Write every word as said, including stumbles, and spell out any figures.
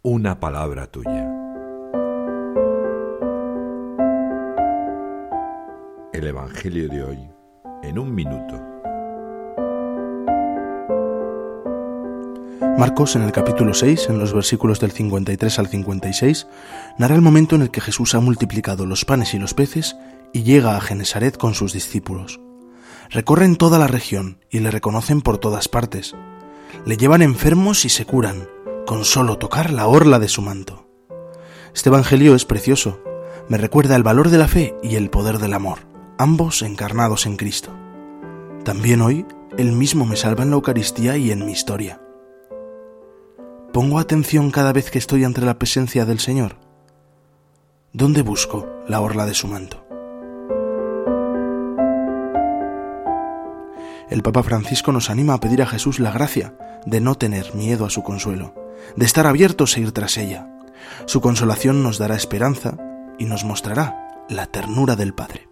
una palabra tuya. El Evangelio de hoy en un minuto. Marcos, en el capítulo seis, en los versículos del cincuenta y tres al cincuenta y seis, narra el momento en el que Jesús ha multiplicado los panes y los peces y llega a Genesaret con sus discípulos. Recorren toda la región y le reconocen por todas partes. Le llevan enfermos y se curan, con solo tocar la orla de su manto. Este evangelio es precioso. Me recuerda el valor de la fe y el poder del amor, ambos encarnados en Cristo. También hoy, Él mismo me salva en la Eucaristía y en mi historia. ¿Pongo atención cada vez que estoy ante la presencia del Señor? ¿Dónde busco la orla de su manto? El Papa Francisco nos anima a pedir a Jesús la gracia de no tener miedo a su consuelo, de estar abiertos a ir tras ella. Su consolación nos dará esperanza y nos mostrará la ternura del Padre.